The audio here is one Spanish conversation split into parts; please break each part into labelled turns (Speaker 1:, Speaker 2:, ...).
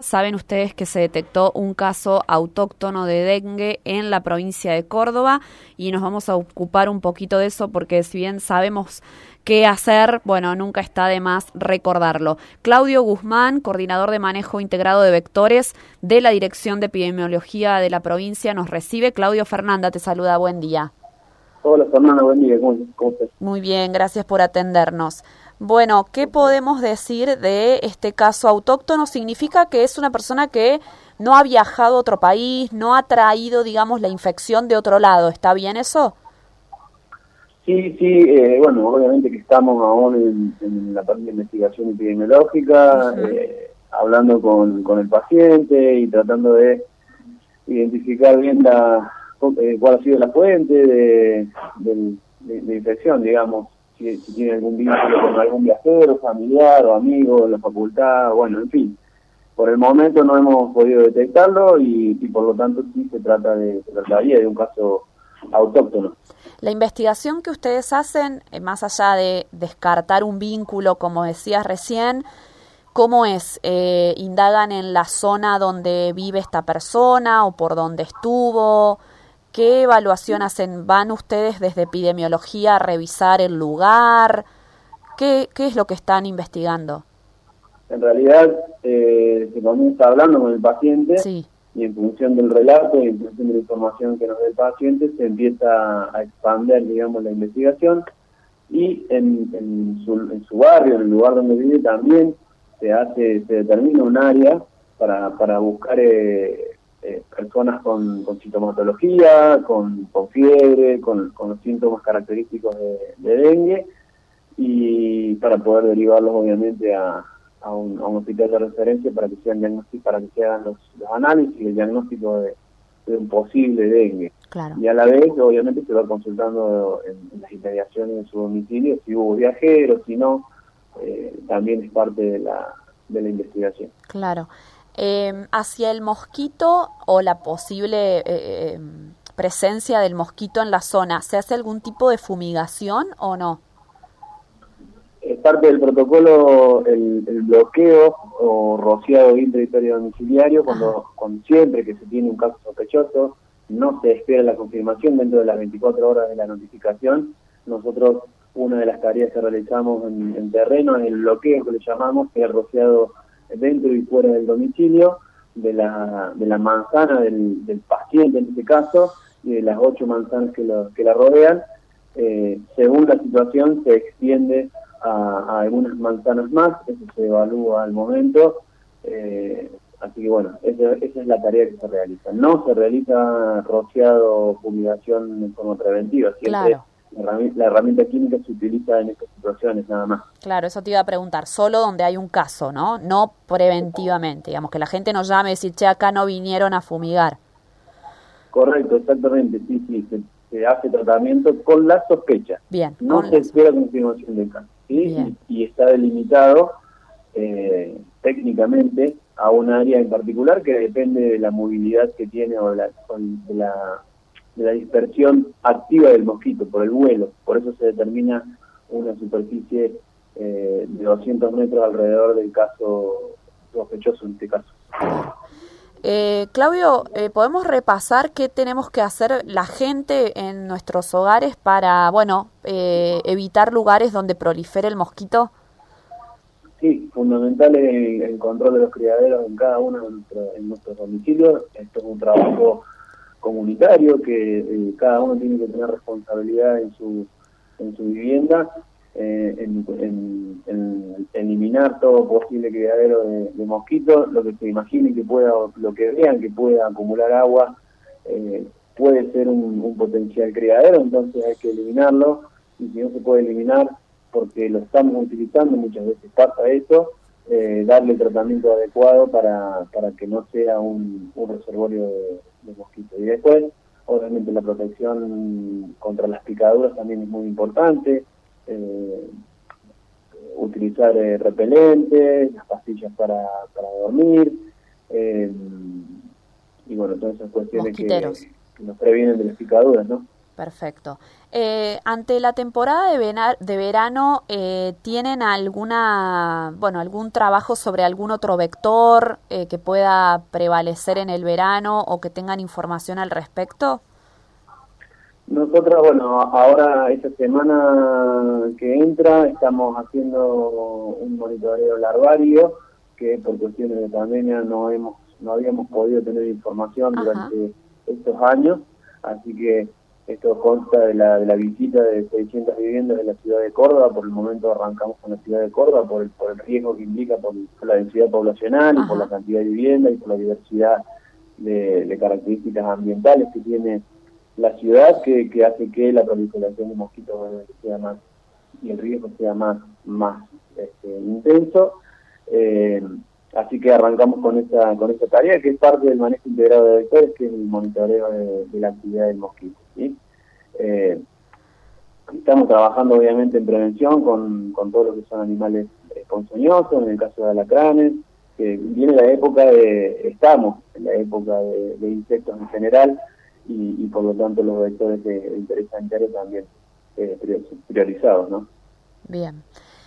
Speaker 1: saben ustedes que se detectó un caso autóctono de dengue en la provincia de Córdoba y nos vamos a ocupar un poquito de eso porque si bien sabemos qué hacer, bueno, nunca está de más recordarlo. Claudio Guzmán, coordinador de manejo integrado de vectores de la Dirección de Epidemiología de la provincia, nos recibe. Claudio, Fernanda te saluda, buen día.
Speaker 2: Hola Fernanda, buen día, ¿cómo estás?
Speaker 1: Muy bien, gracias por atendernos. Bueno, ¿qué podemos decir de este caso autóctono? Significa que es una persona que no ha viajado a otro país, no ha traído, digamos, la infección de otro lado. ¿Está bien eso?
Speaker 2: Sí, bueno, obviamente que estamos aún en la parte de investigación epidemiológica, hablando con el paciente y tratando de identificar bien cuál ha sido la fuente de infección, digamos, si tiene algún vínculo con algún viajero, familiar o amigo de la facultad, bueno, en fin. Por el momento no hemos podido detectarlo y por lo tanto sí se trataría de un caso autóctono.
Speaker 1: La investigación que ustedes hacen, más allá de descartar un vínculo, como decías recién, ¿cómo es? ¿Indagan en la zona donde vive esta persona o por donde estuvo? ¿Qué evaluación hacen? ¿Van ustedes desde epidemiología a revisar el lugar? ¿Qué es lo que están investigando?
Speaker 2: En realidad se comienza hablando con el paciente.
Speaker 1: Sí.
Speaker 2: Y en función del relato y en función de la información que nos da el paciente se empieza a expandir, digamos, la investigación y en su barrio, en el lugar donde vive también se determina un área para buscar personas con sintomatología, con fiebre, con los síntomas característicos de dengue y para poder derivarlos obviamente a un hospital de referencia para que sean diagnósticos, para que se hagan los análisis y el diagnóstico de un posible dengue.
Speaker 1: Claro.
Speaker 2: Y a la vez, obviamente, se va consultando en las interacciones de su domicilio, si hubo viajeros, si no, también es parte de la investigación.
Speaker 1: Claro. Hacia el mosquito o la posible presencia del mosquito en la zona, ¿se hace algún tipo de fumigación o no?
Speaker 2: Es parte del protocolo el bloqueo o rociado intrahistorio domiciliario cuando siempre que se tiene un caso sospechoso, no se espera la confirmación dentro de las 24 horas de la notificación. Nosotros, una de las tareas que realizamos en terreno es el bloqueo que le llamamos, que es el rociado dentro y fuera del domicilio, de la manzana del paciente en este caso, y de las 8 manzanas que la rodean. Según la situación se extiende a algunas manzanas más, eso se evalúa al momento, así que bueno, esa es la tarea que se realiza. No se realiza rociado o fumigación de forma preventiva, siempre
Speaker 1: claro.
Speaker 2: La herramienta química se utiliza en estas situaciones nada más.
Speaker 1: Claro, eso te iba a preguntar, solo donde hay un caso, ¿no? No preventivamente, digamos, que la gente nos llame y decir, che, acá no vinieron a fumigar.
Speaker 2: Correcto, exactamente, sí, se hace tratamiento con la sospecha.
Speaker 1: Bien.
Speaker 2: No se espera confirmación del caso, ¿sí? Y está delimitado técnicamente a un área en particular que depende de la movilidad que tiene o de la dispersión activa del mosquito por el vuelo. Por eso se determina una superficie de 200 metros alrededor del caso sospechoso en este caso.
Speaker 1: Claudio, ¿podemos repasar qué tenemos que hacer la gente en nuestros hogares para, bueno, evitar lugares donde prolifere el mosquito?
Speaker 2: Sí, fundamental es el control de los criaderos en cada uno de nuestros domicilios. Esto es un trabajo comunitario que cada uno tiene que tener responsabilidad en su vivienda, en eliminar todo posible criadero de mosquitos, lo que se imagine que pueda, lo que vean que pueda acumular agua, puede ser un potencial criadero, entonces hay que eliminarlo, y si no se puede eliminar porque lo estamos utilizando, muchas veces pasa eso, darle el tratamiento adecuado para que no sea un reservorio de mosquitos. Y después, obviamente, la protección contra las picaduras también es muy importante, utilizar repelentes, las pastillas para dormir, y bueno, todas esas cuestiones que nos previenen de las picaduras, ¿no?
Speaker 1: Perfecto. Ante la temporada de verano, ¿tienen algún trabajo sobre algún otro vector que pueda prevalecer en el verano o que tengan información al respecto?
Speaker 2: Nosotros, bueno, ahora esta semana que entra estamos haciendo un monitoreo larvario que por cuestiones de pandemia no habíamos podido tener información durante estos años, así que esto consta de la visita de 600 viviendas de la ciudad de Córdoba. Por el momento arrancamos con la ciudad de Córdoba por el riesgo que implica por la densidad poblacional y por la cantidad de viviendas y por la diversidad de características ambientales que tiene la ciudad, que hace que la proliferación de mosquitos sea más y el riesgo sea más intenso. Así que arrancamos con esta tarea, que es parte del manejo integrado de vectores, que es el monitoreo de la actividad del mosquito, ¿sí? Estamos trabajando obviamente en prevención con todo lo que son animales ponzoñosos, en el caso de alacranes, que viene la época estamos en la época de insectos en general, y por lo tanto los vectores de interés sanitario también priorizados, ¿no?
Speaker 1: Bien.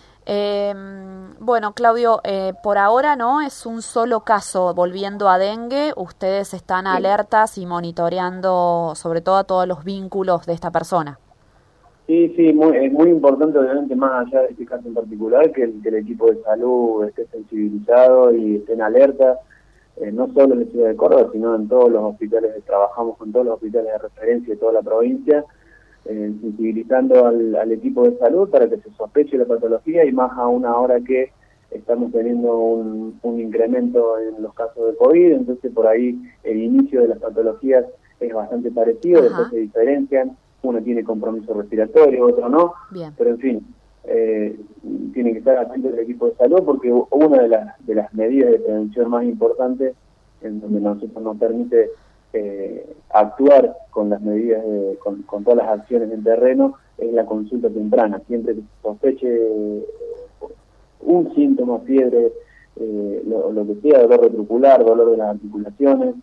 Speaker 1: Bueno, Claudio, por ahora no es un solo caso. Volviendo a dengue, ustedes están alertas y monitoreando sobre todo a todos los vínculos de esta persona.
Speaker 2: Sí, es muy importante, obviamente, más allá de este caso en particular, que el equipo de salud esté sensibilizado y esté en alerta, no solo en la ciudad de Córdoba, sino en todos los hospitales. Trabajamos con todos los hospitales de referencia de toda la provincia, sensibilizando al equipo de salud para que se sospeche la patología, y más aún ahora que estamos teniendo un incremento en los casos de COVID. Entonces por ahí el inicio de las patologías es bastante parecido. Después se diferencian, uno tiene compromiso respiratorio, otro no.
Speaker 1: Bien.
Speaker 2: Pero en fin, tiene que estar atento el equipo de salud, porque una de las medidas de prevención más importantes, en donde nosotros nos permite actuar con las medidas, con todas las acciones en terreno, es la consulta temprana. Siempre que se sospeche un síntoma, fiebre, lo que sea, dolor retrocular, dolor de las articulaciones,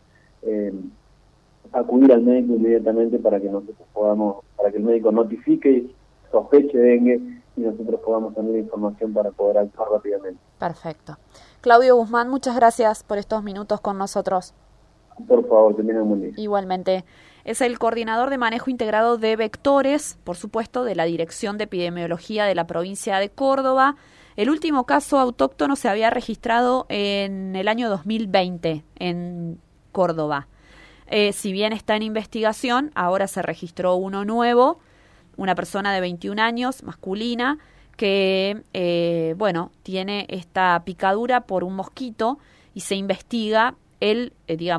Speaker 2: acudir al médico inmediatamente para que el médico notifique y sospeche dengue, y nosotros podamos tener la información para poder actuar rápidamente.
Speaker 1: Perfecto. Claudio Guzmán, muchas gracias por estos minutos con nosotros.
Speaker 2: Por favor, termina un buen día.
Speaker 1: Igualmente. Es el coordinador de manejo integrado de vectores, por supuesto, de la Dirección de Epidemiología de la provincia de Córdoba. El último caso autóctono se había registrado en el año 2020 en Córdoba. Si bien está en investigación, ahora se registró uno nuevo, una persona de 21 años, masculina, que tiene esta picadura por un mosquito, y se investiga el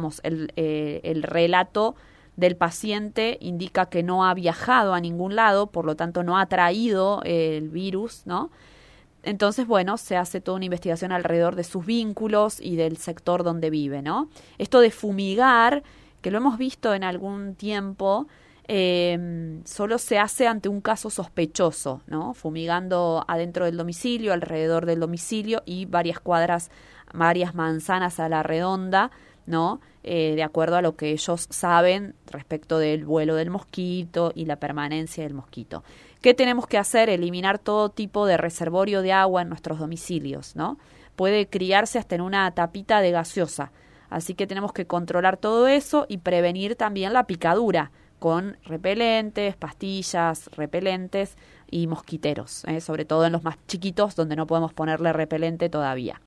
Speaker 1: relato del paciente indica que no ha viajado a ningún lado, por lo tanto no ha traído el virus, ¿no? Entonces, se hace toda una investigación alrededor de sus vínculos y del sector donde vive, ¿no? Esto de fumigar, que lo hemos visto en algún tiempo, solo se hace ante un caso sospechoso, ¿no? Fumigando adentro del domicilio, alrededor del domicilio y varias manzanas a la redonda, ¿no? De acuerdo a lo que ellos saben respecto del vuelo del mosquito y la permanencia del mosquito. ¿Qué tenemos que hacer? Eliminar todo tipo de reservorio de agua en nuestros domicilios, ¿no? Puede criarse hasta en una tapita de gaseosa. Así que tenemos que controlar todo eso y prevenir también la picadura con repelentes, pastillas repelentes y mosquiteros, sobre todo en los más chiquitos donde no podemos ponerle repelente todavía.